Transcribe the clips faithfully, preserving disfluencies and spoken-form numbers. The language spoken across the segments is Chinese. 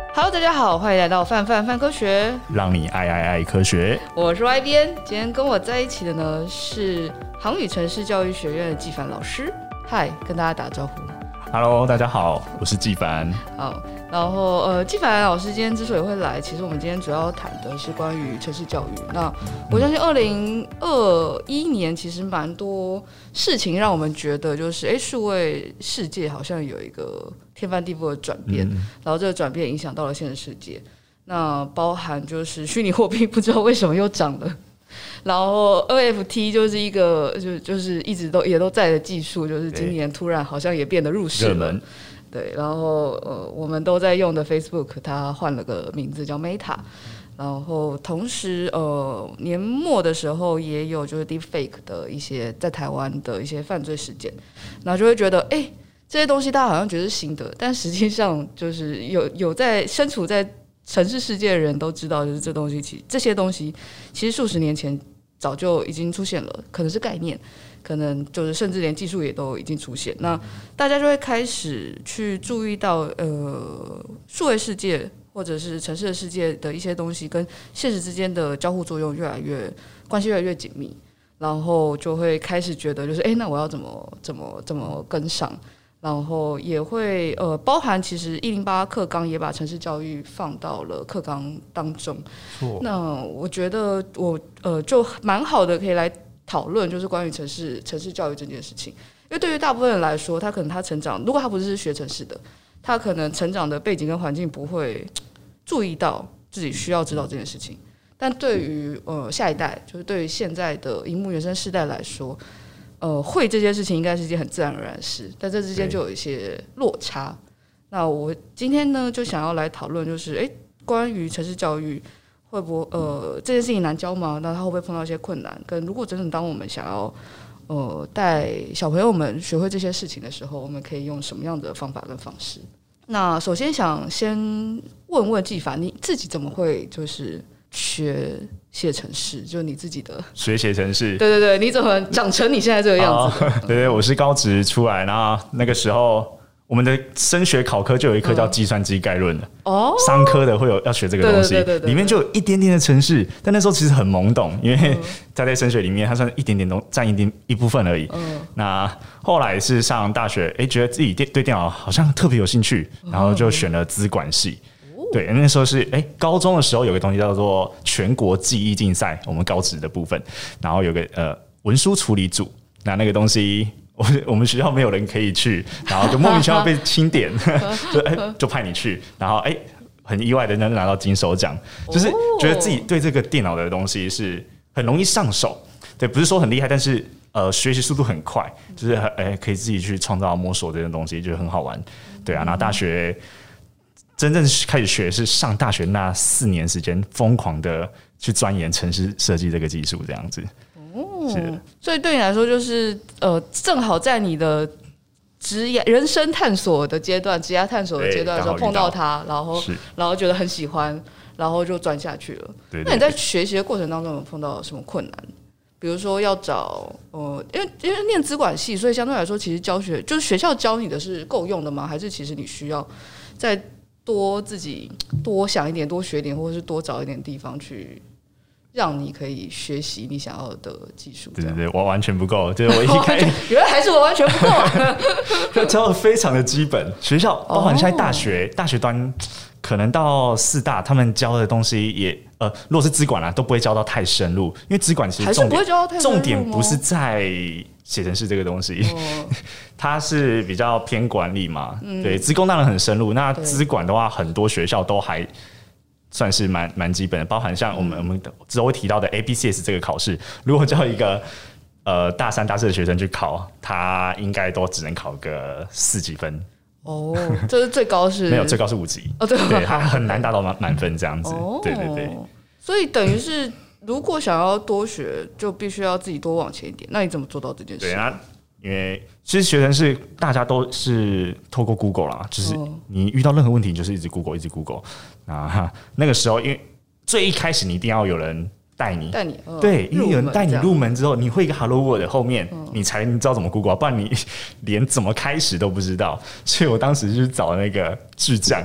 Hello， 大家好，欢迎来到范范范科学， 让你爱爱爱科学。 我是 Y 编，今天跟我在一起的呢是航宇城市教育学院的纪凡老师。嗨，跟大家打招呼。 Hello， 大家好，我是纪凡。 好，然后呃，纪凡老师今天之所以会来，其实我们今天主要谈的是关于城市教育。那我相信二零二一年其实蛮多事情让我们觉得就是，哎，数位世界好像有一个天翻地覆的转变，嗯、然后这个转变影响到了现实世界。那包含就是虚拟货币不知道为什么又涨了。然后 N F T 就是一个就就是一直都也都在的技术，就是今年突然好像也变得入世了。对，然后呃我们都在用的 Facebook 它换了个名字叫 Meta， 然后同时呃年末的时候也有就是 Deepfake 的一些在台湾的一些犯罪事件，然后就会觉得哎、欸、这些东西大家好像觉得是新的，但实际上就是有有在身处在城市世界的人都知道，就是这东西其这些东西其实数十年前早就已经出现了，可能是概念，可能就是甚至连技术也都已经出现。那大家就会开始去注意到，呃，数位世界或者是城市的世界的一些东西跟现实之间的交互作用越来越关系越来越紧密，然后就会开始觉得就是，哎，那我要怎么怎么怎么跟上？然后也会呃，包含其实一零八课纲也把城市教育放到了课纲当中。那我觉得我呃就蛮好的，可以来讨论就是关于城市城市教育这件事情。因为对于大部分人来说，他可能他成长，如果他不是学城市的，他可能成长的背景跟环境不会注意到自己需要知道这件事情。但对于呃下一代，就是对于现在的萤幕原生世代来说。呃，会这件事情应该是一件很自然而然的事，但这之间就有一些落差。那我今天呢，就想要来讨论，就是哎，关于城市教育会不会呃这件事情难教吗？那他会不会碰到一些困难？跟如果真的当我们想要呃带小朋友们学会这些事情的时候，我们可以用什么样的方法跟方式？那首先想先问问纪凡，你自己怎么会就是学写程式，就你自己的学写程式， 对对对，你怎么长成你现在这个样子的？ 哦、对对，我是高职出来，然后那个时候我们的升学考科就有一科叫计算机概论的，哦，商科的会有要学这个东西，对对对对对，里面就有一点点的程式，但那时候其实很懵懂，因为在在升学里面，它算一点点都占一点一部分而已。嗯，那后来是上大学，哎，觉得自己对电脑好像特别有兴趣，然后就选了资管系。对，那时候是哎，高中的时候有个东西叫做全国记忆竞赛，我们高职的部分，然后有个呃文书处理组，那那个东西我我们学校没有人可以去，然后就莫名其妙被钦点，就哎就派你去，然后哎很意外的能拿到金手奖，就是觉得自己对这个电脑的东西是很容易上手，对，不是说很厉害，但是呃学习速度很快，就是哎可以自己去创造摸索这些东西，就很好玩，对啊，然后大学。真正开始学是上大学那四年时间，疯狂的去钻研程式设计这个技术，这样子。哦， 所以对你来说，就是呃，正好在你的职业人生探索的阶段，职业探索的阶段的时候碰到它，然后然后觉得很喜欢，然后就钻下去了。对对对，那你在学习的过程当中有碰到什么困难？比如说要找呃，因为因为念资管系，所以相对来说，其实教学就是学校教你的是够用的吗？还是其实你需要在多自己多想一点，多学一点，或者是多找一点地方去，让你可以学习你想要的技术。 对对对，我完全不够，就是我一开始原来还是我完全不够， 就教的非常的基本。学校包含现在大学，大学端可能到四大，他们教的东西也呃，如果是资管啊，都不会教到太深入，因为资管其实重点重点不是在写程式这个东西，哦、它是比较偏管理嘛。嗯、对，资工当然很深入，那资管的话，很多学校都还算是蛮蛮基本的，包含像我们、嗯、我们之后会提到的 A P C S 这个考试，如果叫一个呃大三大四的学生去考，他应该都只能考个四几分。 哦，这是最高是没有最高是五级哦，对，对，他很难达到满分这样子。哦、对对对， 所以等于是。如果想要多学，就必须要自己多往前一点。那你怎么做到这件事？ 对啊，因为其实学生是大家都是透过 Google 啦，就是你遇到任何问题，你就是一直 Google， 一直 Google。啊，那个时候，因为最一开始你一定要有人带你， 带你，呃、 对，因为有人带你入门之后，你会一个 Hello World 后面，嗯、你才知道怎么 Google， 不然你连怎么开始都不知道。所以我当时就是找那个智障。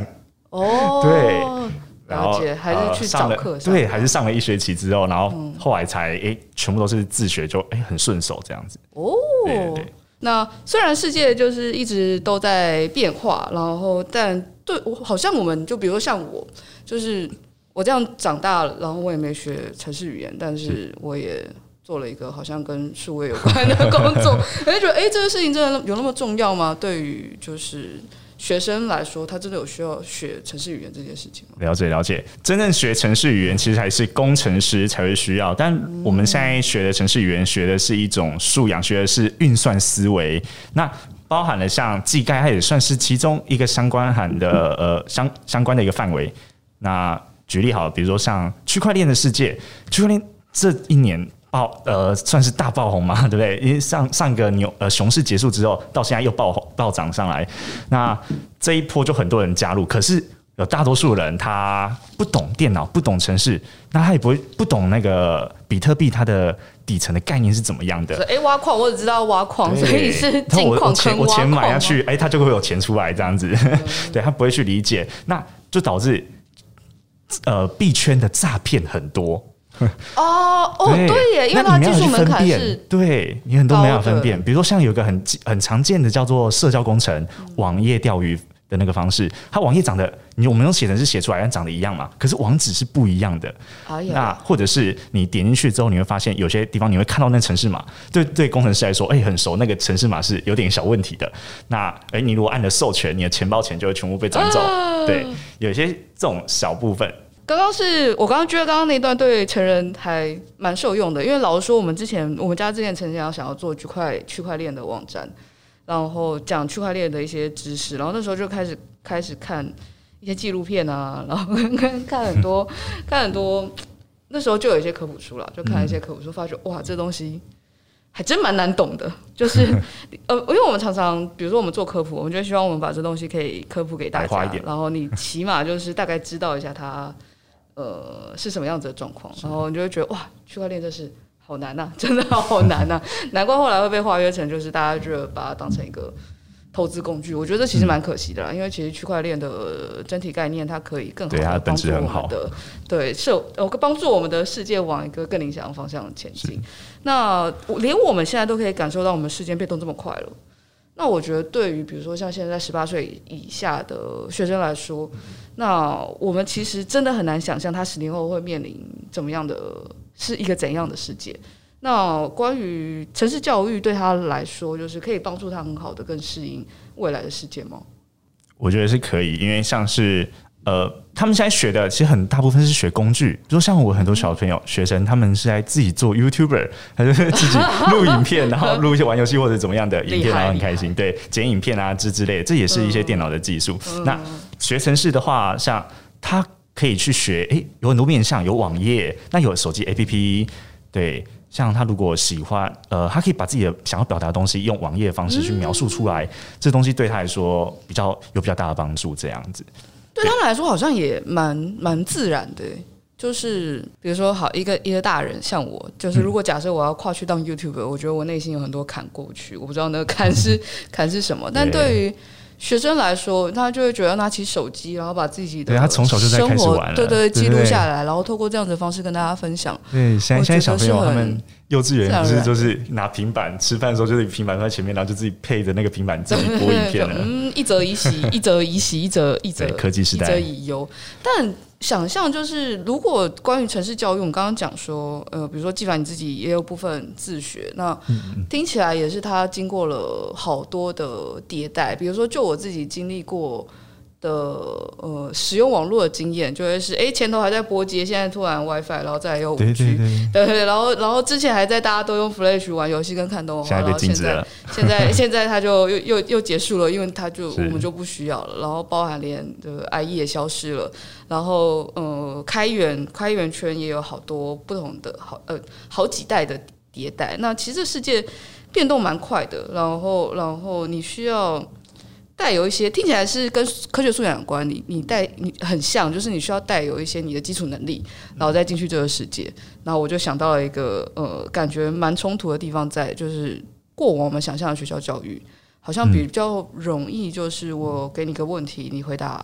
哦，对。然后还是去找课、呃、 对，还是上了一学期之后，然后后来才哎、欸，全部都是自学就，就、欸、哎很顺手这样子。哦，对对对。 那虽然世界就是一直都在变化，然后但对我好像我们就比如说像我，就是我这样长大了，然后我也没学程式语言，但是我也做了一个好像跟数位有关的工作，我就觉得哎、欸，这个事情真的有那么重要吗？对于就是学生来说，他真的有需要学程式语言这件事情吗？ 了解了解，真正学程式语言其实还是工程师才会需要，但我们现在学的程式语言学的是一种素养，学的是运算思维，那包含了像技概，它也算是其中一个相关含的呃相相关的一个范围。那举例好了，比如说像区块链的世界，区块链这一年爆呃算是大爆红嘛，对不对？因为上上个牛呃熊市结束之后，到现在又爆暴涨上来，那这一波就很多人加入，可是有大多数人他不懂电脑，不懂程式，那他也不会不懂那个比特币它的底层的概念是怎么样的。 哎、欸，挖矿我只知道挖矿，所以是进矿坑挖矿。 我钱买下去，哎、欸，他就会有钱出来这样子，嗯、对他不会去理解，那就导致呃币圈的诈骗很多。 哦哦，对耶，因为它技术门槛是， 对你很多没法分辨。比如说像有一个很很常见的叫做社交工程、嗯、网页钓鱼的那个方式，它网页长得你我们用写程式写出来，但长得一样嘛，可是网址是不一样的。哎、那或者是你点进去之后，你会发现有些地方你会看到那程式码，对对，工程师来说，哎、欸，很熟，那个程式码是有点小问题的。那哎、欸，你如果按了授权，你的钱包钱就会全部被转走。啊、对，有一些这种小部分。 刚刚是我刚刚觉得刚刚那段对成人还蛮受用的，因为老实说，我们之前我们家之前曾经想要做区块区块链的网站，然后讲区块链的一些知识，然后那时候就开始开始看一些纪录片啊，然后看很多看很多，那时候就有一些科普书啦，就看一些科普书，发觉哇，这东西还真蛮难懂的，就是呃，因为我们常常比如说我们做科普，我们就希望我们把这东西可以科普给大家，然后你起码就是大概知道一下它。呃，是什么样子的状况？然后你就会觉得哇，区块链这是好难啊，真的好难啊！难怪后来会被划约成，就是大家就把它当成一个投资工具。我觉得这其实蛮可惜的啦，因为其实区块链的整体概念，它可以更好的帮助我们的，对，是呃帮助我们的世界往一个更理想的方向前进。那连我们现在都可以感受到，我们世界变动这么快了。那我觉得，对于比如说像现在十八岁以下的学生来说，那我们其实真的很难想象他十年后会面临怎么样的，是一个怎样的世界。那关于程式教育对他来说，就是可以帮助他很好的更适应未来的世界吗？ 我觉得是可以，因为像是呃，他们现在学的其实很大部分是学工具，比如说像我很多小朋友、学生，他们是在自己做 YouTuber， 还是自己录影片，然后录一些玩游戏或者怎么样的影片，然后很开心。对，剪影片啊之之类的，这也是一些电脑的技术。嗯、那学程式的话，像他可以去学，哎，有很多面向，有网页，那有手机 A P P， 对。像他如果喜欢，呃，他可以把自己的想要表达的东西用网页的方式去描述出来，嗯、这东西对他来说比较有比较大的帮助，这样子。 对他们来说好像也蛮蛮自然的，就是比如说好一个一个大人像我，就是如果假设我要跨去当 YouTuber， 我觉得我内心有很多坎过不去，我不知道那个坎是坎是什么，但对于学生来说，他就会觉得拿起手机，然后把自己的对他从小就在开始玩了， 对对记录下来，然后透过这样子的方式跟大家分享。 对，现在现在小朋友他们幼稚园不是就是拿平板吃饭的时候，就是平板放在前面，然后就自己配着那个平板自己播影片了。 嗯，一则以喜，一则以喜，一则一则科技时代， 一则以忧。但想象就是，如果关于程式教育，我们刚刚讲说，呃，比如说纪凡你自己也有部分自学，那听起来也是他经过了好多的迭代。比如说，就我自己经历过的呃使用网络的经验，就会是哎前头还在拨接，现在突然 WiFi， 然后再有 五 G， 对 对 对, 对, 对，然后然后之前还在大家都用 Flash 玩游戏跟看动画， 现在被禁止了， 现在现在它就又又又结束了，因为它就我们就不需要了，然后包含连这个 I E 也消失了，然后呃开源开源圈也有好多不同的好呃好几代的迭代，那其实这世界变动蛮快的，然后然后你需要带有一些听起来是跟科学素养有关，你你带你很像，就是你需要带有一些你的基础能力，然后再进去这个世界。然后我就想到了一个呃，感觉蛮冲突的地方在，就是过往我们想象的学校教育，好像比较容易，就是我给你个问题，你回答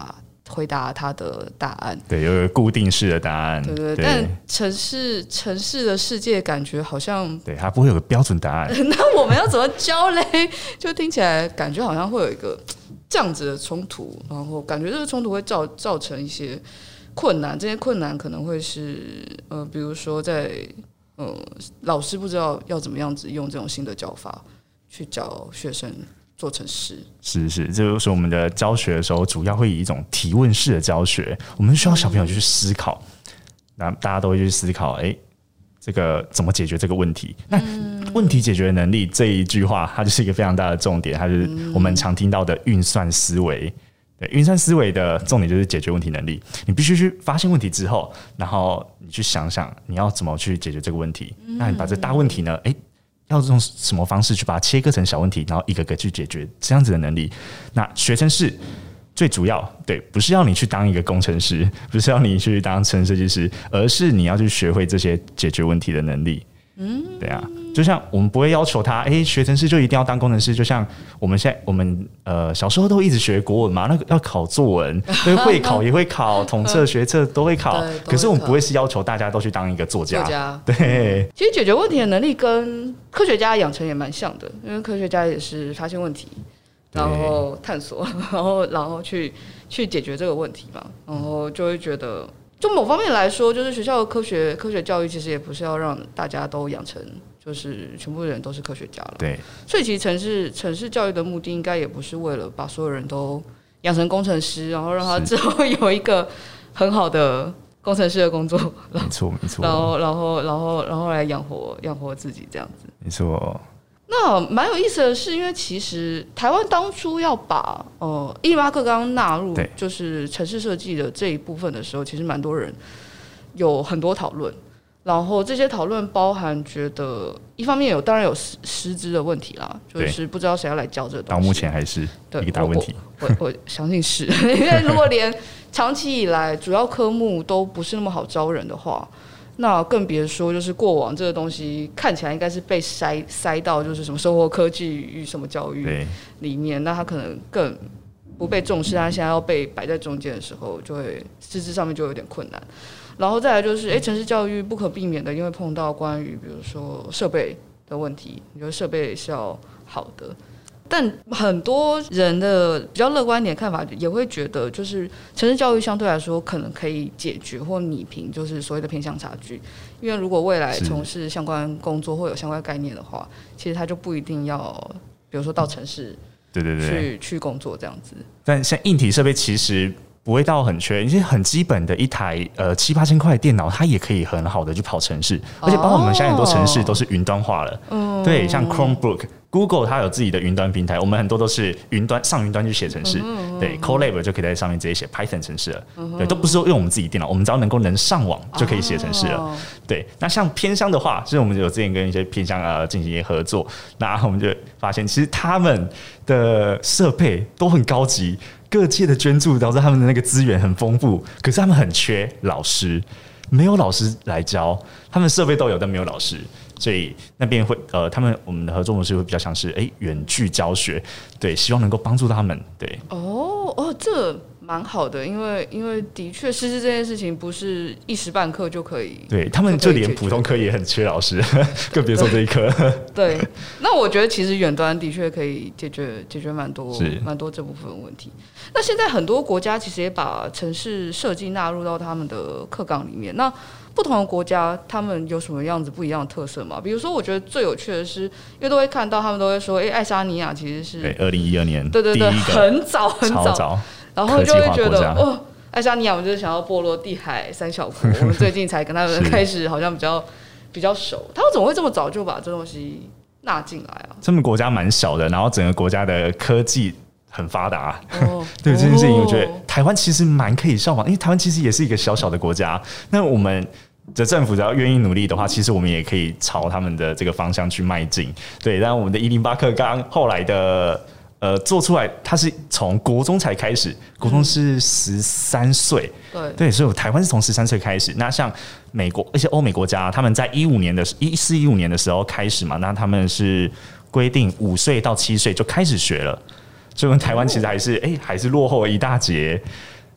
回答他的答案。 对，有一个固定式的答案。 对 对, 对，但城市城市的世界感觉好像， 对，它不会有个标准答案。 那我们要怎么教嘞？就听起来感觉好像会有一个这样子的冲突，然后感觉这个冲突会造造成一些困难。这些困难可能会是呃，比如说在呃，老师不知道要怎么样子用这种新的教法去教学生做程式。 是是，这就是我们的教学的时候，主要会以一种提问式的教学，我们需要小朋友去思考，那大家都会去思考，哎、欸，这个怎么解决这个问题？那问题解决能力这一句话，它就是一个非常大的重点，它就是我们常听到的运算思维。对，运算思维的重点就是解决问题能力。你必须去发现问题之后，然后你去想想你要怎么去解决这个问题。那你把这大问题呢，哎、欸，要用什么方式去把它切割成小问题，然后一个个去解决，这样子的能力。那学程式最主要，对，不是要你去当一个工程师，不是要你去当程式设计师，而是你要去学会这些解决问题的能力。嗯，对啊，就像我们不会要求他，哎、欸，学程式就一定要当工程师。就像我们现在，我们呃小时候都一直学国文嘛，那个要考作文，对，会考也会考，统测、学测都会考。可是我们不会是要求大家都去当一个作家。作家，对。 其实解决问题的能力跟科学家养成也蛮像的，因为科学家也是发现问题，然后探索，然后然后去去解决这个问题嘛，然后就会觉得。就某方面来说，就是学校的科学科学教育其实也不是要让大家都养成就是全部人都是科学家了。 对， 所以其实城市城市教育的目的应该也不是为了把所有人都养成工程师，然后让他之后有一个很好的工程师的工作。 没错没错。 然后然后然后然后来养活养活自己这样子。 没错。 那蛮有意思的是，因为其实台湾当初要把呃一零八课纲纳入就是城市设计的这一部分的时候，其实蛮多人有很多讨论，然后这些讨论包含觉得一方面有当然有师师资的问题啦，就是不知道谁要来教这个东西， 到目前还是一个大问题。 我 我, 我相信是，因为如果连长期以来主要科目都不是那么好招人的话。那更别说，就是过往这个东西看起来应该是被塞塞到就是什么生活科技与什么教育里面，那它可能更不被重视，它现在要被摆在中间的时候，就会师资上面就有点困难。然后再来就是，哎、欸，城市教育不可避免的，因为碰到关于比如说设备的问题，你觉得设备是要好的。但很多人的比较乐观一点看法，也会觉得，就是城市教育相对来说可能可以解决或弭平，就是所谓的偏向差距。因为如果未来从事相关工作或有相关概念的话，其实他就不一定要，比如说到城市， 对对对， 去去工作这样子。 但像硬体设备其实不会到很缺，一些很基本的一台呃七八千块的电脑，它也可以很好的去跑程式，而且包括我们现在很多程式都是云端化了，哦、对，像 Chromebook。Google 它有自己的云端平台，我们很多都是云端上云端去写程式，嗯、对 ，Colab 就可以在上面直接写 Python 程式了，嗯、对，都不是说用我们自己电脑，我们只要能够能上网就可以写程式了，哦、对。那像偏乡的话，就是我们有之前跟一些偏乡呃进行一些合作，那我们就发现其实他们的设备都很高级，各界的捐助导致他们的那个资源很丰富，可是他们很缺老师，没有老师来教，他们设备都有，但没有老师。所以那边会呃，他们我们的合作模式会比较像是哎远距教学，对，希望能够帮助他们，对。 哦哦，这蛮好的，因为因为的确师资这件事情不是一时半刻就可以， 对他们就连普通科也很缺老师，更别说这一科。 对，那我觉得其实远端的确可以解决解决蛮多蛮多这部分的问题。那现在很多国家其实也把城市设计纳入到他们的课纲里面，那。不同的国家，他们有什么样子不一样的特色吗？比如说，我觉得最有趣的是，因为都会看到他们都会说，哎、欸，爱沙尼亚其实是对二零一二年， 对对对，很早很早， 早然后就会觉得哦，爱沙尼亚我们就是想要波罗的海三小国，我们最近才跟他们开始好像比较比较熟，他们怎么会这么早就把这东西纳进来啊？ 他们国家蛮小的，然后整个国家的科技。很发达，哦、对这件事情，我觉得台湾其实蛮可以效仿，因为台湾其实也是一个小小的国家。那我们的政府只要愿意努力的话，其实我们也可以朝他们的这个方向去迈进。对，但我们的一零八课纲后来的呃做出来，它是从国中才开始，国中是十三岁，对对，所以台湾是从十三岁开始。那像美国一些欧美国家，他们在一五年的一四一五年的时候开始嘛，那他们是规定五岁到七岁就开始学了。所以我们台湾其实还是哎、欸，还是落后了一大截。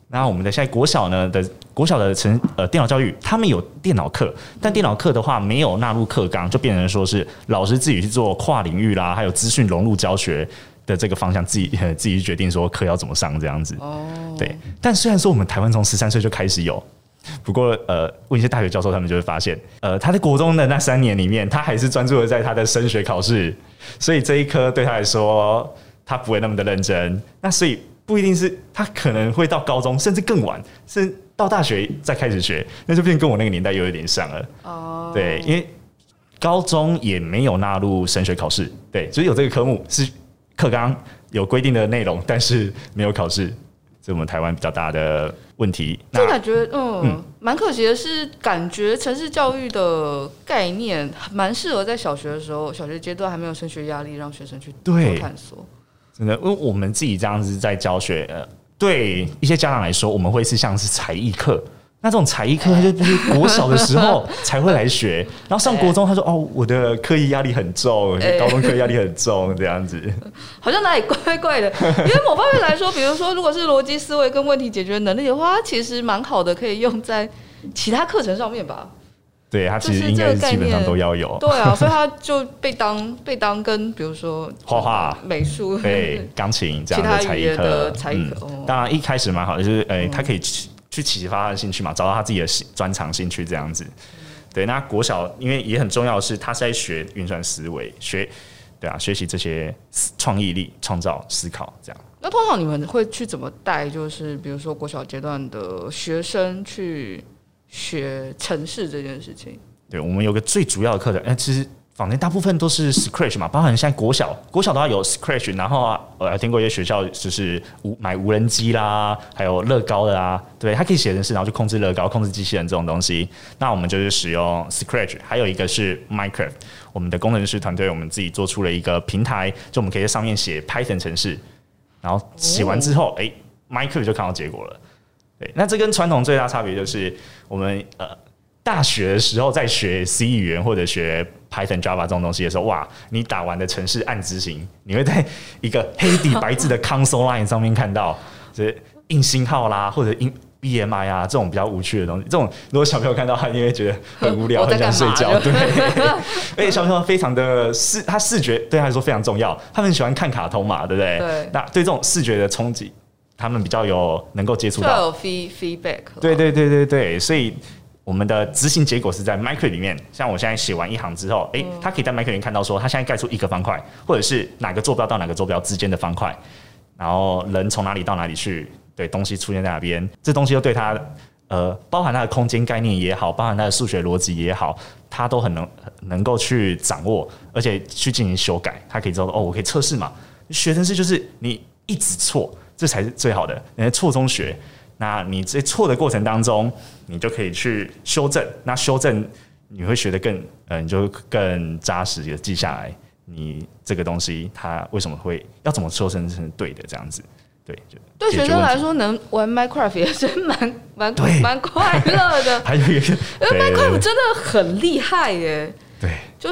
那我们的现在国小呢的国小的成呃电脑教育，他们有电脑课，但电脑课的话没有纳入课纲，就变成说是老师自己去做跨领域啦，还有资讯融入教学的这个方向，自己、呃、自己决定说课要怎么上这样子。哦，对。但虽然说我们台湾从十三岁就开始有，不过呃，问一些大学教授，他们就会发现，呃，他在国中的那三年里面，他还是专注的在他的升学考试，所以这一科对他来说，他不会那么的认真。那所以不一定是他可能会到高中，甚至更晚，甚至到大学再开始学，那就变跟我那个年代又有点像了。哦，对，因为高中也没有纳入升学考试，对，就是有这个科目是课纲有规定的内容，但是没有考试。这是我们台湾比较大的问题。 就感觉嗯，蛮、嗯、可惜的是，感觉城市教育的概念蛮适合在小学的时候，小学阶段还没有升学压力，让学生去做探索。 真的，因为我们自己这样子在教学，呃，对一些家长来说，我们会是像是才艺课。那这种才艺课，他就是国小的时候才会来学，然后上国中，他说：“哦，我的课业压力很重，高中课业压力很重，这样子。” 好像哪里怪怪的。因为某方面来说，比如说，如果是逻辑思维跟问题解决能力的话，它其实蛮好的，可以用在其他课程上面吧。 对，它其实应该是基本上都要有。 对啊，所以它就被当被当跟比如说画画、 美术、 对钢琴这样的才艺课。 才艺课、 嗯，当然一开始蛮好的，就是诶，它、欸、可以去启发他的兴趣嘛，找到他自己的专长兴趣这样子。对，那国小因为也很重要的是，他是在学运算思维，学对啊，学习这些创意力、创造、思考这样。 那通常你们会去怎么带？就是比如说国小阶段的学生去学程式这件事情。 对，我们有个最主要的课程，哎、欸，其实坊间大部分都是 Scratch 嘛，包含现在国小，国小的话有 Scratch， 然后啊，我还听过一些学校就是无买无人机啦，还有乐高的啦，对，它可以写程式，然后去控制乐高、控制机器人这种东西。那我们就是使用 Scratch， 还有一个是 Minecraft， 我们的工程师团队我们自己做出了一个平台，就我们可以在上面写 Python 程式，然后写完之后，哎、欸、，Minecraft 就看到结果了。对，那这跟传统最大差别就是我们呃。大学的时候在学 C 语言或者学 Python、Java 这种东西的时候，哇，你打完的程式按执行，你会在一个黑底白字的 console line 上面看到，就是印星号啦，或者印 B M I 啊这种比较无趣的东西。这种如果小朋友看到，他因为觉得很无聊，很想睡觉。对，而且小朋友非常的视，他视觉对他来说非常重要，他们喜欢看卡通嘛，对不对？对。那对这种视觉的冲击，他们比较有能够接触到， 有 feedback。 对对对对对，所以。我们的执行结果是在 Minecraft 里面，像我现在写完一行之后，哎、欸，他可以在 Minecraft 里面看到说，他现在盖出一个方块，或者是哪个坐标到哪个坐标之间的方块，然后人从哪里到哪里去，对，东西出现在哪边，这东西都对他，呃，包含他的空间概念也好，包含他的数学逻辑也好，他都很能能够去掌握，而且去进行修改，他可以知道哦，我可以测试嘛。学程式就是你一直错，这才是最好的，你在错中学。那你在错的过程当中，你就可以去修正。那修正你会学得更，呃，你就更扎实的记下来，你这个东西它为什么会要怎么修正成对的这样子。对， 对学生来说，能玩 Minecraft 也是蛮蛮蛮快乐的。 还有一个， 因为 Minecraft 真的很厉害耶。 对， 就是。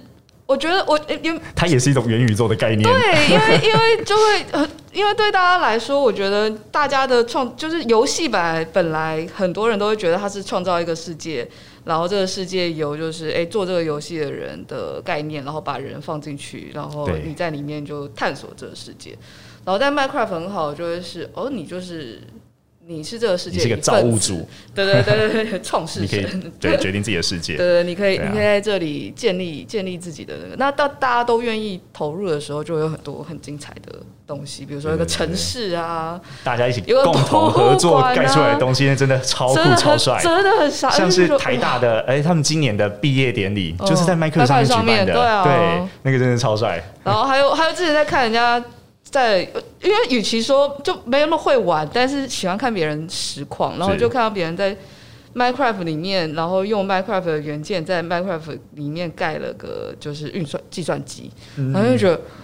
我觉得我因为它也是一种元宇宙的概念， 对，因为因为就会因为对大家来说，我觉得大家的创就是游戏本来本来很多人都会觉得它是创造一个世界，然后这个世界有就是哎做这个游戏的人的概念，然后把人放进去，然后你在里面就探索这个世界。然后但 Minecraft 很好，就会是哦你就是。你是这个世界， 你是个造物主， 对对对对对，创世神， 你可以对决定自己的世界， 对对，你可以、啊、你可以在这里建立建立自己的那个。那到大家都愿意投入的时候，就会有很多很精彩的东西，比如说一个城市啊， 对对对大家一起共同合作盖出来的东西，那真的超酷超帅， 真的很傻。 像是台大的，哎、欸，他们今年的毕业典礼、哦、就是在麦克上面举办的， 对啊， 对，那个真的超帅。 然后还有还有之前在看人家。在，因为与其说就没那么会玩，但是喜欢看别人实况，然后就看到别人在 Minecraft 里面，然后用 Minecraft 的元件在 Minecraft 里面盖了个就是运算计算机，然后就觉得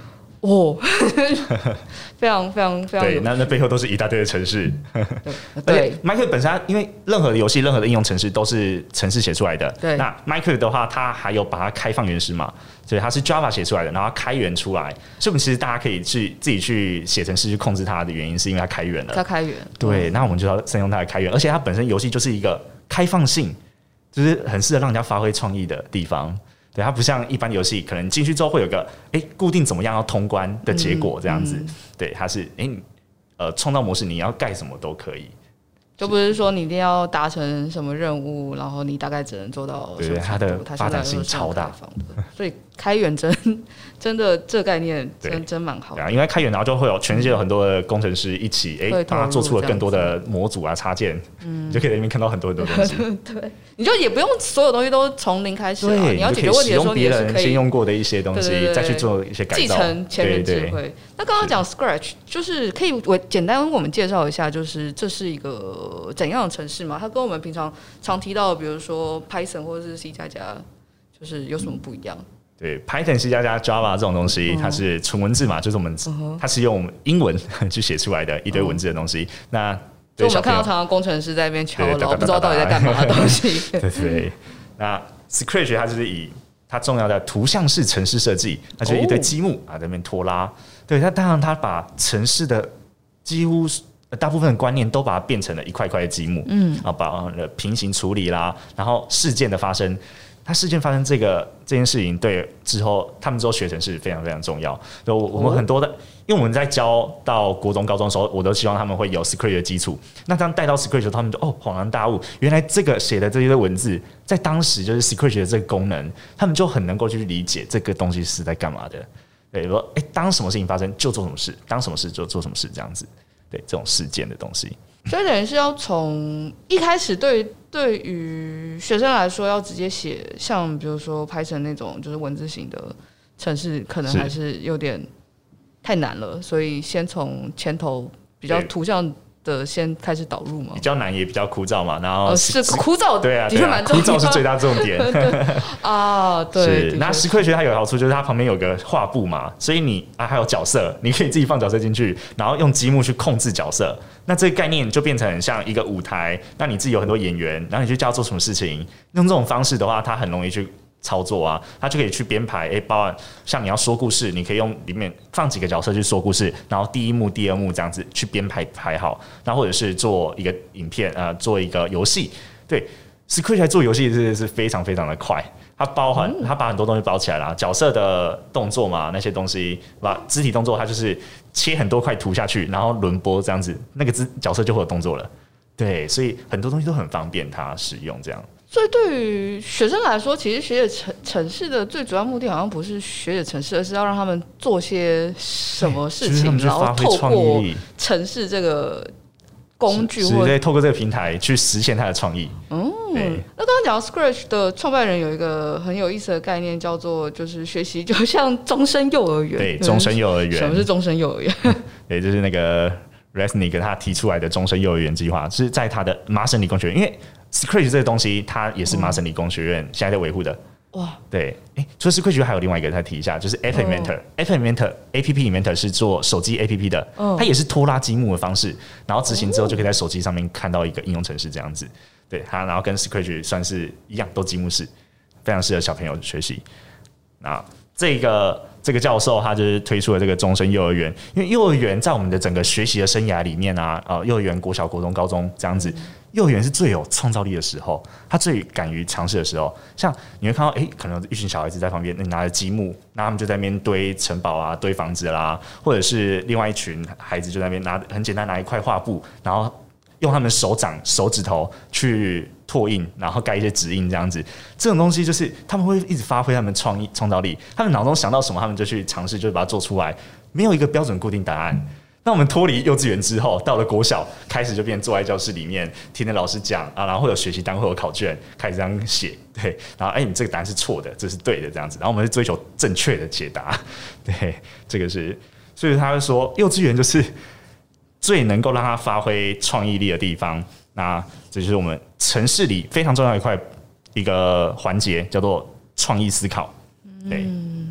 哦，非常非常非常对，那那背后都是一大堆的程式。 对 ，Minecraft 本身因为任何的游戏、任何的应用程式都是程式写出来的。 对， 那 Minecraft 的话，它还有把它开放源码嘛，所以它是 Java 写出来的，然后开源出来，所以我们其实大家可以去自己去写程式去控制它的原因，是因为它开源了。 它开源， 对，那我们就要善用它的开源，而且它本身游戏就是一个开放性，就是很适合让人家发挥创意的地方。对，它不像一般游戏，可能进去之后会有个哎、欸、固定怎么样要通关的结果这样子。嗯嗯、对，它是哎、欸、呃创造模式，你要盖什么都可以， 就不是说你一定要达成什么任务，然后你大概只能做到什么程度。对， 它的发展性超大， 所以开源真真的这个概念真真蛮好的。 啊，因为开源然后就会有全世界有很多的工程师一起哎帮他做出了更多的模组啊插件，嗯，你就可以在那边看到很多很多东西。 对，你就也不用所有东西都从零开始啊，你要解决问题的时候，你也是可以先用过的一些东西，对对对，再去做一些改造， 继承前人智慧。那刚刚讲 Scratch， 就是可以我简单为我们介绍一下，就是这是一个怎样的程式嘛？它跟我们平常常提到的，比如说 Python 或者是 C 加加，就是有什么不一样？ 对 ，Python、C 加加、Java 这种东西，它是纯文字嘛，就是我们、uh-huh. 它是用英文去写出来的一堆文字的东西。Uh-huh. 那就我们看到常常工程师在那边敲锣，不知道到底在干嘛的东西。 对对对，那 Scratch 它就是以它重要的图像式程式设计，那就是一堆积木、oh. 啊在那边拖拉。对，它当然它把程式的几乎大部分的观念都把它变成了一块块的积木，嗯，啊，把平行处理啦，然后事件的发生。它事件发生这个这件事情，对之后他们之后学程是非常非常重要。就我们很多的，因为我们在教到国中、高中的时候，我都希望他们会有 Scratch 的基础。那当带到 Scratch 的时候，他们就哦恍然大悟，原来这个写的这些文字，在当时就是 Scratch 的这个功能，他们就很能够去理解这个东西是在干嘛的。对，说哎，当什么事情发生就做什么事，当什么事就做什么事，这样子。对，这种事件的东西。 所以等于是要从一开始对对于学生来说，要直接写像比如说 Python 那种就是文字型的程式，可能还是有点太难了。所以先从前头比较图像的先开始导入嘛， 比较难也比较枯燥嘛。然后、 呃、是枯燥， 对啊， 的确蛮重要， 枯燥是最大重点啊。对， 是那Scratch它有好处就是它旁边有个画布嘛，所以你啊还有角色，你可以自己放角色进去，然后用积木去控制角色。那这个概念就变成很像一个舞台，那你自己有很多演员，然后你去叫他做什么事情，用这种方式的话，它很容易去操作啊，他就可以去编排，哎、欸，包含像你要说故事，你可以用里面放几个角色去说故事，然后第一幕、第二幕这样子去编排排好，然后或者是做一个影片，呃，做一个游戏，对 ，Scratch 来做游戏是是非常非常的快，它包含它把很多东西包起来了，角色的动作嘛，那些东西，把肢体动作，它就是切很多块图下去，然后轮播这样子，那个角色就会有动作了，对，所以很多东西都很方便它使用这样。 所以对于学生来说，其实学写程程式的最主要目的好像不是学写程式，而是要让他们做些什么事情，然后透过程式这个工具，或者透过这个平台去实现他的创意。 嗯，那刚刚讲到 Scratch 的创办人有一个很有意思的概念，叫做就是学习就像终身幼儿园。 对，终身幼儿园。 什么是终身幼儿园？ 对，就是那个 Resnick 他提出来的终身幼儿园计划，是在他的麻省理工学院，因为Scratch 这个东西，它也是麻省理工学院现在在维护的。哇，对，哎，除了 Scratch 还有另外一个再提一下，就是 App Inventor。App Inventor，A P P Inventor 是做手机 A P P 的，它也是拖拉积木的方式，然后执行之后就可以在手机上面看到一个应用程式这样子。对它，然后跟 Scratch 算是一样，都积木式，非常适合小朋友学习。那这个这个教授他就是推出了这个终身幼儿园，因为幼儿园在我们的整个学习的生涯里面啊，呃，幼儿园、国小、国中、高中这样子。幼儿园是最有创造力的时候，他最敢于尝试的时候。像你会看到，哎、欸，可能一群小孩子在旁边拿着积木，那他们就在那边堆城堡啊、堆房子啦，或者是另外一群孩子就在那边拿很简单拿一块画布，然后用他们手掌、手指头去拓印，然后盖一些指印这样子。这种东西就是他们会一直发挥他们创意、创造力，他们脑中想到什么，他们就去尝试，就把它做出来，没有一个标准固定答案。那我们脱离幼稚园之后，到了国小，开始就变成坐在教室里面听着老师讲啊，然后会有学习单，会有考卷，开始这样写，对，然后哎、欸，你这个答案是错的，这是对的，这样子，然后我们是追求正确的解答，对，这个是，所以他会说，幼稚园就是最能够让他发挥创意力的地方。那这就是我们程式里非常重要的一块一个环节，叫做创意思考，对。 嗯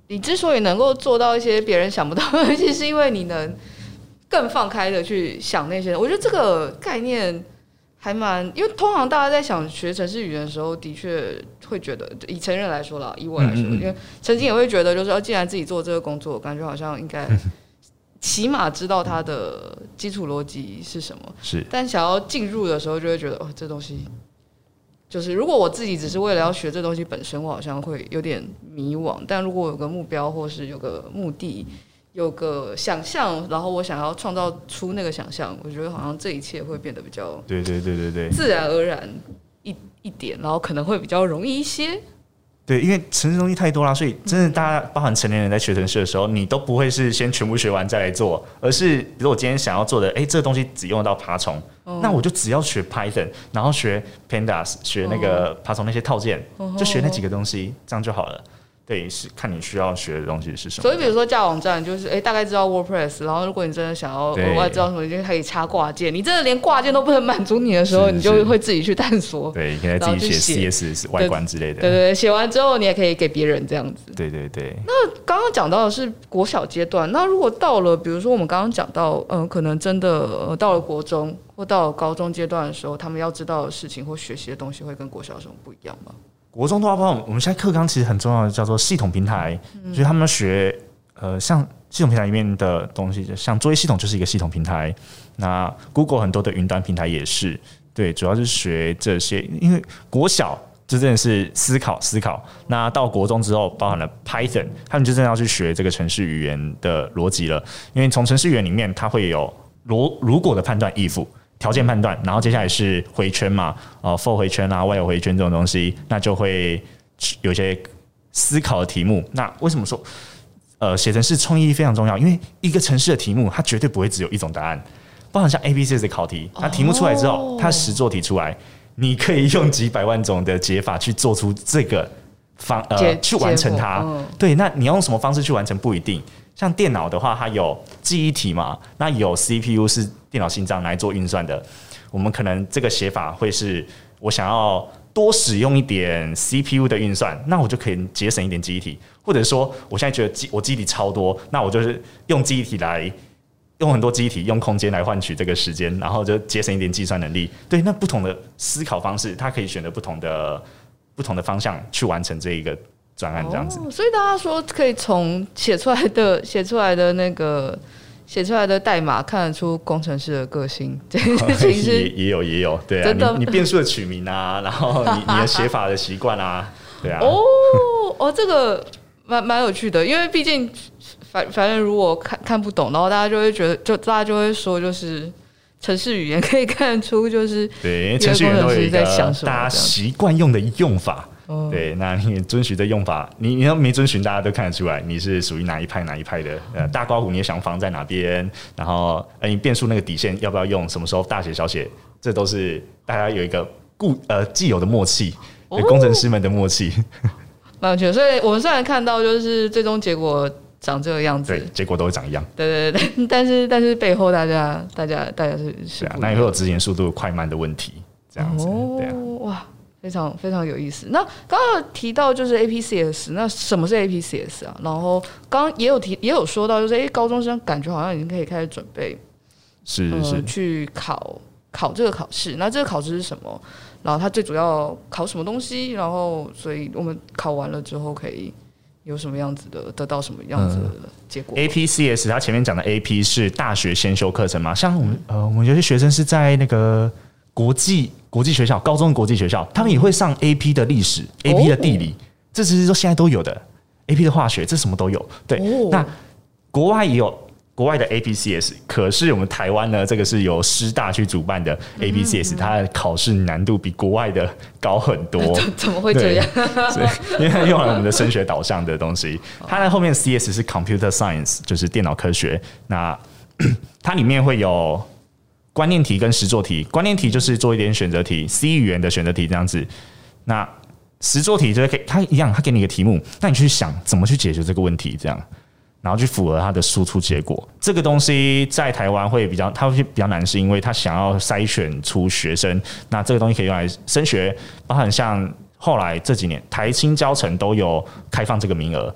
你之所以能够做到一些别人想不到的东西，是因为你能更放开的去想那些。我觉得这个概念还蛮，因为通常大家在想学程式语言的时候，的确会觉得，以成人来说啦，以我来说，嗯嗯嗯因为曾经也会觉得，就是说，既然自己做这个工作，感觉好像应该起码知道它的基础逻辑是什么。 是， 但想要进入的时候，就会觉得，哦，这东西。就是如果我自己只是为了要学这东西本身，我好像会有点迷惘。但如果我有个目标，或是有个目的，有个想象，然后我想要创造出那个想象，我觉得好像这一切会变得比较对对对对对自然而然一一点，然后可能会比较容易一些。 对，因为程式东西太多啦，所以真的大家包含成年人在学程式的时候，你都不会是先全部学完再来做，而是比如我今天想要做的，哎，这个东西只用得到爬虫，哦、那我就只要学 Python， 然后学 Pandas， 学那个爬虫那些套件，哦、就学那几个东西，这样就好了。对，是看你需要学的东西是什么。 所以比如说架网站，就是哎、欸，大概知道 WordPress， 然后如果你真的想要额外知道什么，你就可以插挂件。你真的连挂件都不能满足你的时候，你就会自己去探索。 对，你可以自己写 C S 外观之类的。 对 对, 对，写完之后你也可以给别人这样子。 对对对。 那刚刚讲到的是国小阶段，那如果到了，比如说我们刚刚讲到，嗯、呃，可能真的、呃、到了国中或到了高中阶段的时候，他们要知道的事情或学习的东西会跟国小的时候不一样吗？ 国中的话，我们现在课纲其实很重要的叫做系统平台，嗯、所以他们学呃像系统平台里面的东西，像作业系统就是一个系统平台。那 Google 很多的云端平台也是，对，主要是学这些。因为国小就真的是思考思考，那到国中之后，包含了 Python， 他们就真的要去学这个程式语言的逻辑了。因为从程式语言里面，它会有如如果的判断 if。条件判断，然后接下来是回圈嘛，呃 ，for 回圈啊 ，while 回圈这种东西，那就会有一些思考的题目。那为什么说，呃，写程式创意力非常重要？因为一个程式的题目，它绝对不会只有一种答案，包含像 A B C 的考题，它题目出来之后，它实作题出来，你可以用几百万种的解法去做出这个方呃去完成它。对，那你用什么方式去完成不一定。像电脑的话，它有记忆体嘛，那有 C P U 是电脑心脏拿来做运算的。我们可能这个写法会是我想要多使用一点 C P U 的运算，那我就可以节省一点记忆体，或者说我现在觉得我记忆体超多，那我就是用记忆体来用很多记忆体用空间来换取这个时间，然后就节省一点计算能力。对，那不同的思考方式，它可以选择不同的不同的方向去完成这一个。专案这样子、 哦，所以大家说可以从写出来的写出来的那个写出来的代码看得出工程师的个性，这件事情是也也有也有对啊，你你变数的取名啊，然后你你的写法的习惯啊，对啊， 哦哦，这个蛮蛮有趣的，因为毕竟反反正如果看看不懂，然后大家就会觉得，就大家就会说就是。程式语言可以看出，就是对，因为程式语言都有一个大家习惯用的用法。哦、对，那你遵循的用法，你你要没遵循，大家都看得出来你是属于哪一派哪一派的。呃，大刮胡你也想放在哪边，然后呃，你变数那个底线要不要用，什么时候大写小写，这都是大家有一个固呃既有的默契，对、哦、工程师们的默契。 蛮有趣的，所以我们虽然看到就是最终结果。长这个样子， 对，结果都会长一样。 对对对，但是但是背后大家大家大家是是啊，那也会有执行速度快慢的问题，这样子。哦、对啊， 哇，非常非常有意思。那刚刚提到就是 A P C S， 那什么是 A P C S 啊？然后刚刚也有提也有说到，就是哎、欸，高中生感觉好像已经可以开始准备， 是是、呃、 去考考这个考试。那这个考试是什么？然后它最主要考什么东西？然后所以我们考完了之后可以。有什么样子的，得到什么样子的结果、嗯、 ？A P C S， 它前面讲的 A P 是大学先修课程嘛？像我们呃，我们有些学生是在那个国际国际学校、高中的国际学校，他们也会上 A P 的历史、哦、A P 的地理，这只是说现在都有的 A P 的化学，这什么都有。对，哦、那国外也有。国外的 A P C S， 可是我们台湾呢，这个是由师大去主办的 A P C S，、嗯、它的考试难度比国外的高很多。 怎么会这样？ 因为它用了我们的升学导向的东西。它的后面 C S 是 Computer Science， 就是电脑科学。那它里面会有观念题跟实作题。观念题就是做一点选择题 ，C 语言的选择题这样子。那实作题就是可以，它一样，它给你一个题目，那你去想怎么去解决这个问题，这样。然后去符合它的输出结果，这个东西在台湾会比较，它会比较难，是因为它想要筛选出学生。那这个东西可以用来升学，包含像后来这几年台清交成都有开放这个名额。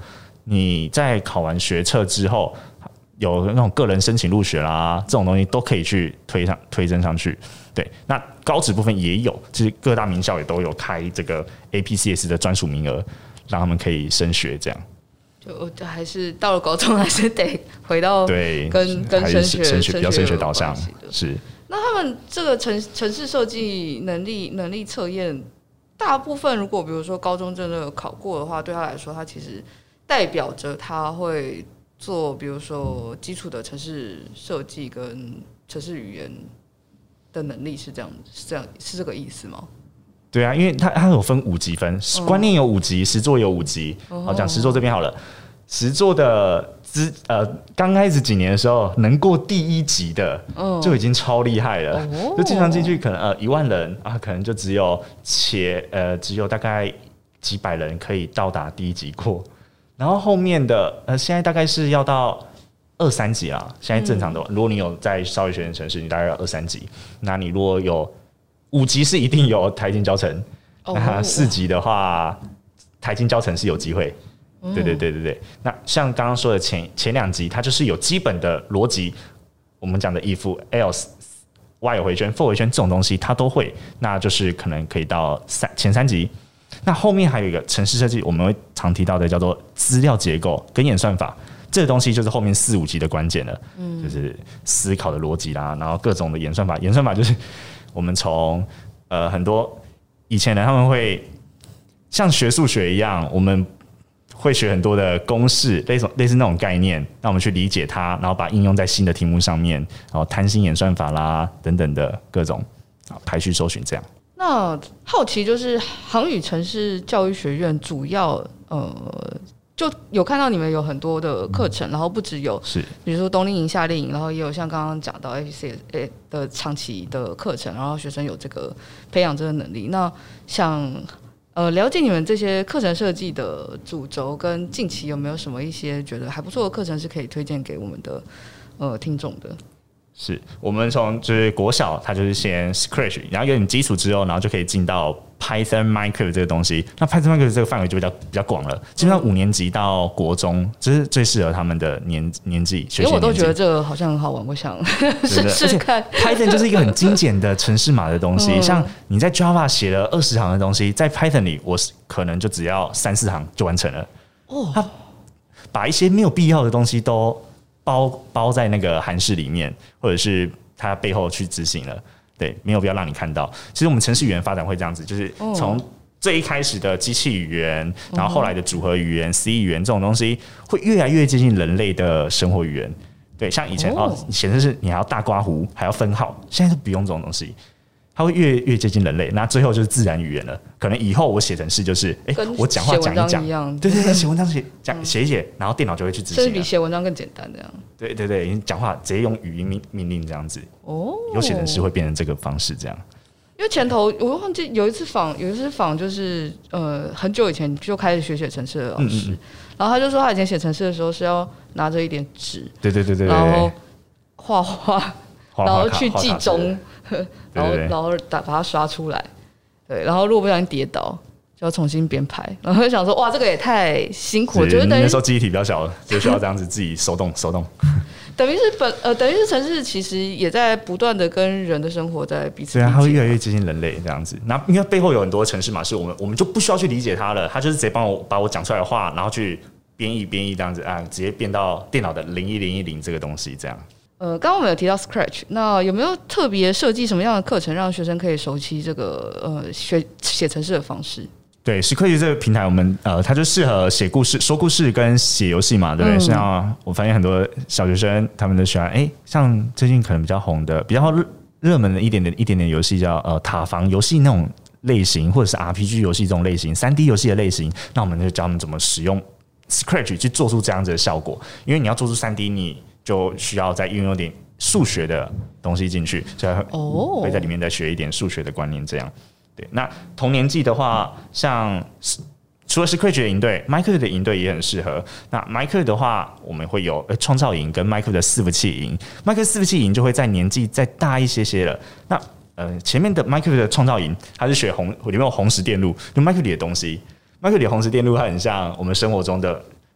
你在考完学测之后，有那种个人申请入学啦，这种东西都可以去推上推甄上去。对，那高职部分也有，其实各大名校也都有开这个 A P C S 的专属名额，让他们可以升学这样。 就就还是到了高中，还是得回到对跟跟升学升学比较升学导向是。 那他们这个城城市设计能力能力测验，大部分如果比如说高中真的有考过的话，对他来说，他其实代表着他会做，比如说基础的城市设计跟城市语言的能力，是这样是这样是这个意思吗？ 对啊，因为它它有分五级分，观念有五级，实作有五级。好，讲实作这边好了，实作的资呃刚开始几年的时候，能过第一级的就已经超厉害了，哦、就经常进去可能呃一万人啊，可能就只有且呃只有大概几百人可以到达第一级过，然后后面的呃现在大概是要到二三级啦。现在正常的，嗯、如果你有在稍微学的城市，你大概要二三级。那你如果有五级是一定有台清交成，哦、那四级的话，台清交成是有机会。对对对对对，那像刚刚说的前前两集，它就是有基本的逻辑，我们讲的 if else while 回圈 for 回圈这种东西，它都会，那就是可能可以到三前三集。那后面还有一个程式设计，我们会常提到的叫做资料结构跟演算法，这个东西就是后面四五集的关键了，嗯，就是思考的逻辑啦，然后各种的演算法，演算法就是我们从呃很多以前人他们会像学数学一样，我们会学很多的公式，类似类似那种概念，让我们去理解它，然后把它应用在新的题目上面，然后贪心演算法啦等等的各种排序搜寻这样。 那好奇就是航宇城市教育学院主要呃就有看到你们有很多的课程，然后不只有是比如说冬令营、夏令营，然后也有像刚刚讲到 A P C 的长期的课程，然后学生有这个培养这个能力。那想呃，了解你们这些课程设计的主轴，跟近期有没有什么一些觉得还不错的课程是可以推荐给我们的呃听众的？ 是我们从就是国小，它就是先 Scratch， 然后有点基础之后，然后就可以进到 Python Minecraft 这个东西。那 Python Minecraft 这个范围就比较比较广了，基本上五年级到国中，这是最适合他们的年年纪。因为我都觉得这个好像很好玩，我想试试看。 Python 就是一个很精简的程式码的东西，嗯、像你在 Java 写了二十行的东西，在 Python 里我可能就只要三四行就完成了。哦，它把一些没有必要的东西都包包在那个函式里面，或者是它背后去执行了，对，没有必要让你看到。其实我们程式语言发展会这样子，就是从最一开始的机器语言，然后后来的组合语言、C 语言这种东西，会越来越接近人类的生活语言。对，像以前哦，显示是你还要大刮胡，还要分号，现在都不用这种东西。它会越越接近人类，那最后就是自然语言了。可能以后我写程式就是，哎、欸，我讲话讲一讲，对对对，写文章写讲写一写，然后电脑就会去执行了， 甚至比写文章更简单这样。 对对对，讲话直接用语音命命令这样子。哦，有写程式会变成这个方式这样。 因为前头我忘记有一次访，有一次访就是呃很久以前就开始学写程式的老师，嗯嗯嗯，然后他就说他以前写程式的时候是要拿着一点纸， 对对对对， 然后画画，然后去记钟。然后，对对对，然后打把它刷出来，对，然后如果不小心跌倒，就要重新编排。然后就想说，哇，这个也太辛苦了，就是等于那时候记忆体比较小，就需要这样子自己手动手动。 等于是本呃，等于是程式其实也在不断的跟人的生活在彼此。 对啊，它会越来越接近人类这样子。那因为背后有很多程式码，是我们我们就不需要去理解它了，它就是直接帮我把我讲出来的话，然后去编译编译这样子啊，直接变到电脑的零一零一零这个东西这样。 呃，刚刚我们有提到 Scratch， 那有没有特别设计什么样的课程，让学生可以熟悉这个呃学写程式的方式？ 对 ，Scratch 这个平台，我们呃，它就适合写故事、说故事跟写游戏嘛，对不对？嗯、像我发现很多小学生他们都喜欢，哎、欸，像最近可能比较红的、比较热门的一点点、一点点游戏叫呃塔防游戏那种类型，或者是 R P G 游戏这种类型、三 D 游戏的类型，那我们就教他们怎么使用 Scratch 去做出这样子的效果，因为你要做出三 D， 你就需要再运用点数学的东西进去，所以会在里面再学一点数学的观念。这样，对。那同年纪的话，像除了是 Scratch 的营队 ，Minecraft 的营队也很适合。那 Minecraft 的话，我们会有创造营跟 Minecraft 的伺服器营。Minecraft 伺服器营就会在年纪再大一些些了。那呃，前面的 Minecraft 的创造营，它是学红里面有红石电路，就 Minecraft 里的东西。Minecraft 里的红石电路，它很像我们生活中的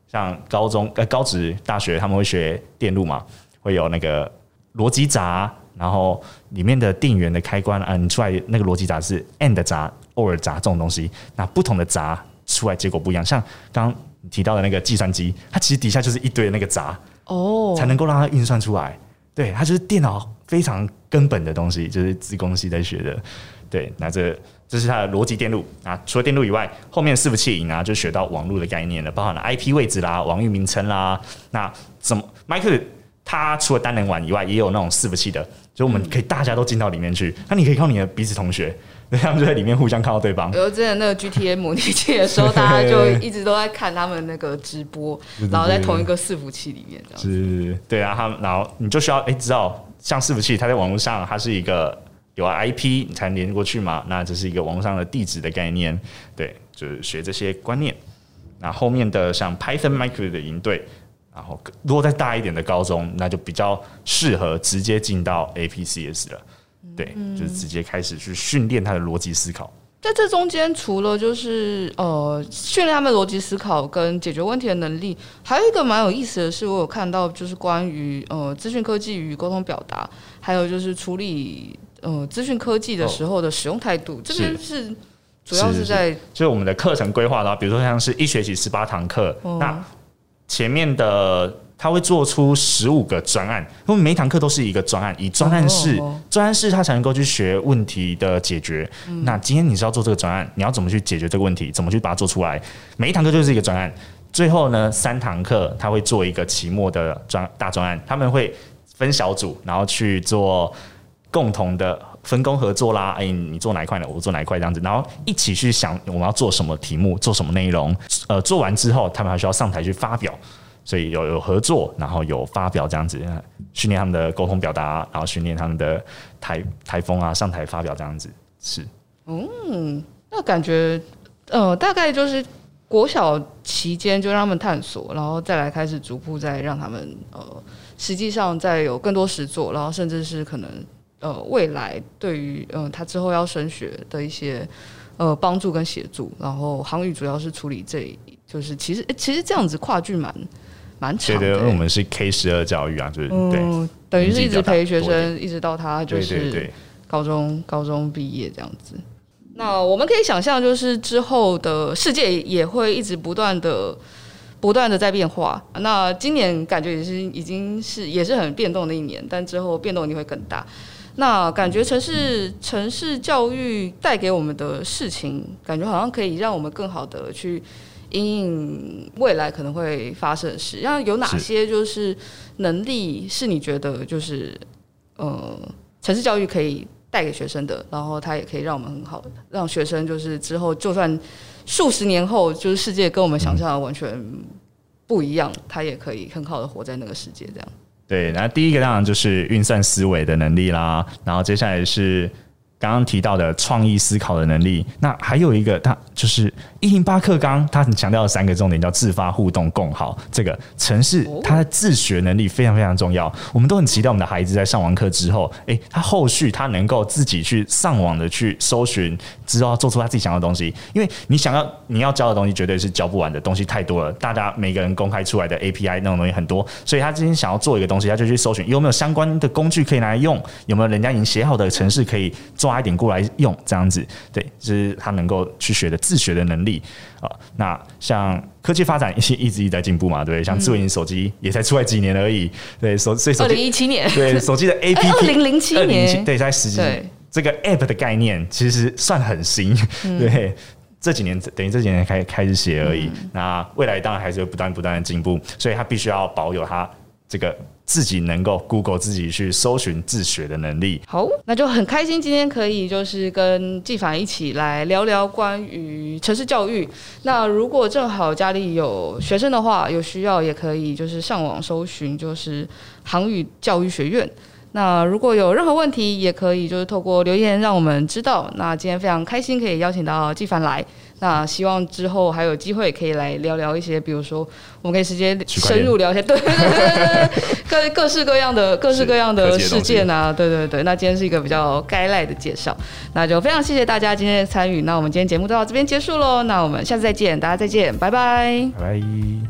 像高中、呃高职、大学他们会学电路嘛，会有那个逻辑闸，然后里面的电源的开关啊，你出来那个逻辑闸是 and 闸、or 闸这种东西，那不同的闸出来结果不一样。像刚刚你提到的那个计算机，它其实底下就是一堆的那个闸哦，才能够让它运算出来。对，它就是电脑非常根本的东西，就是资工系在学的。对，那这这是它的逻辑电路。那除了电路以外，后面伺服器营啊，就学到网络的概念了，包含了 I P 位置啦、网域名称啦。那怎么 Mike 它除了单人玩以外，也有那种伺服器的，就我们可以大家都进到里面去。那你可以靠你的彼此同学，他们就在里面互相看到对方。 有之前那个 G T A 模拟器的时候，大家就一直都在看他们那个直播，然后在同一个伺服器里面这样子。 是，对啊，他们然后你就需要哎、欸、知道，像伺服器，它在网络上它是一个有 I P 你才能连过去嘛，那这是一个网络上的地址的概念，对，就是学这些观念。那后面的像 Python Micro 的营队，然后如果再大一点的高中，那就比较适合直接进到 A P C S 了。对，就是直接开始去训练他的逻辑思考。 在这中间，除了就是呃训练他们逻辑思考跟解决问题的能力，还有一个蛮有意思的是，我有看到就是关于呃资讯科技与沟通表达，还有就是处理呃资讯科技的时候的使用态度。哦、这边是主要是在是是是就是我们的课程规划啦，比如说像是一学期十八堂课，哦、那前面的。他会做出十五个专案，因为每一堂课都是一个专案，以专案式，专案式他才能够去学问题的解决。嗯、那今天你是要做这个专案，你要怎么去解决这个问题？怎么去把它做出来？每一堂课就是一个专案。最后呢，三堂课他会做一个期末的专大专案，他们会分小组，然后去做共同的分工合作啦。哎，你做哪一块呢？我做哪一块这样子，然后一起去想我们要做什么题目，做什么内容。呃，做完之后，他们还需要上台去发表。所以有有合作，然后有发表这样子，训练他们的沟通表达，然后训练他们的台台风啊，上台发表这样子是。嗯， 那感觉呃，大概就是国小期间就让他们探索，然后再来开始逐步再让他们呃，实际上再有更多实作，然后甚至是可能呃未来对于呃他之后要升学的一些呃帮助跟协助，然后航宇主要是处理这，就是其实其实这样子跨距蛮。蛮长的、欸， 对对，因为我们是 K 十二教育啊，就是、嗯、对， 等于是一直陪学生，一直到他就是高中对对对高中毕业这样子。那我们可以想象，就是之后的世界也会一直不断的、不断的在变化。那今年感觉也是已经是也是很变动的一年，但之后变动一定会更大。那感觉城市城市教育带给我们的事情，感觉好像可以让我们更好的去。因应未来可能会发生的事，像有哪些就是能力是你觉得就是呃城市教育可以带给学生的，然后它也可以让我们很好的让学生就是之后就算数十年后就是世界跟我们想象的完全不一样，他也可以很好的活在那个世界这样。 对，那第一个当然就是运算思维的能力啦，然后接下来是刚刚提到的创意思考的能力，那还有一个，它就是一零八课纲，它很强调的三个重点叫自发、互动、共好。这个程式它的自学能力非常非常重要，我们都很期待我们的孩子在上完课之后，哎，他后续他能够自己去上网的去搜寻，之后做出他自己想要的东西。因为你想要你要教的东西绝对是教不完的，东西太多了，大家每个人公开出来的 A P I 那种东西很多，所以他今天想要做一个东西，他就去搜寻有没有相关的工具可以拿来用，有没有人家已经写好的程式可以抓一点过来用，这样子，对，就是他能够去学的自学的能力啊。那像科技发展一直一直在进步嘛，对，像智慧型手机也才出来几年而已，对，手所以手机二零一七年， 对，手机的 A P P 二零零七年， 对，在十几年，这个 App 的概念其实算很新，嗯、对。这几年等于这几年开开始写而已，嗯、那未来当然还是会不断不断的进步，所以他必须要保有他这个自己能够 Google 自己去搜寻自学的能力。 好，那就很开心今天可以就是跟纪凡一起来聊聊关于城市教育。那如果正好家里有学生的话，有需要也可以就是上网搜寻就是航宇教育学院。那如果有任何问题，也可以就是透过留言让我们知道。那今天非常开心可以邀请到纪凡来，那希望之后还有机会可以来聊聊一些，比如说我们可以直接深入聊一些，对对对对对，各各式各样的各式各样的事件啊，对对对。那今天是一个比较概赖的介绍，那就非常谢谢大家今天的参与。那我们今天节目就到这边结束喽，那我们下次再见，大家再见，拜拜， 拜拜。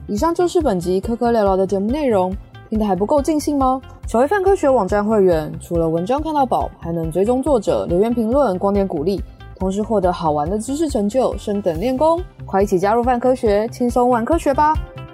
以上就是本集科科聊聊的节目内容，听得还不够尽兴吗？成为泛科学网站会员，除了文章看到饱，还能追踪作者、留言评论、光点鼓励，同时获得好玩的知识成就，升等练功。快一起加入泛科学，轻松玩科学吧！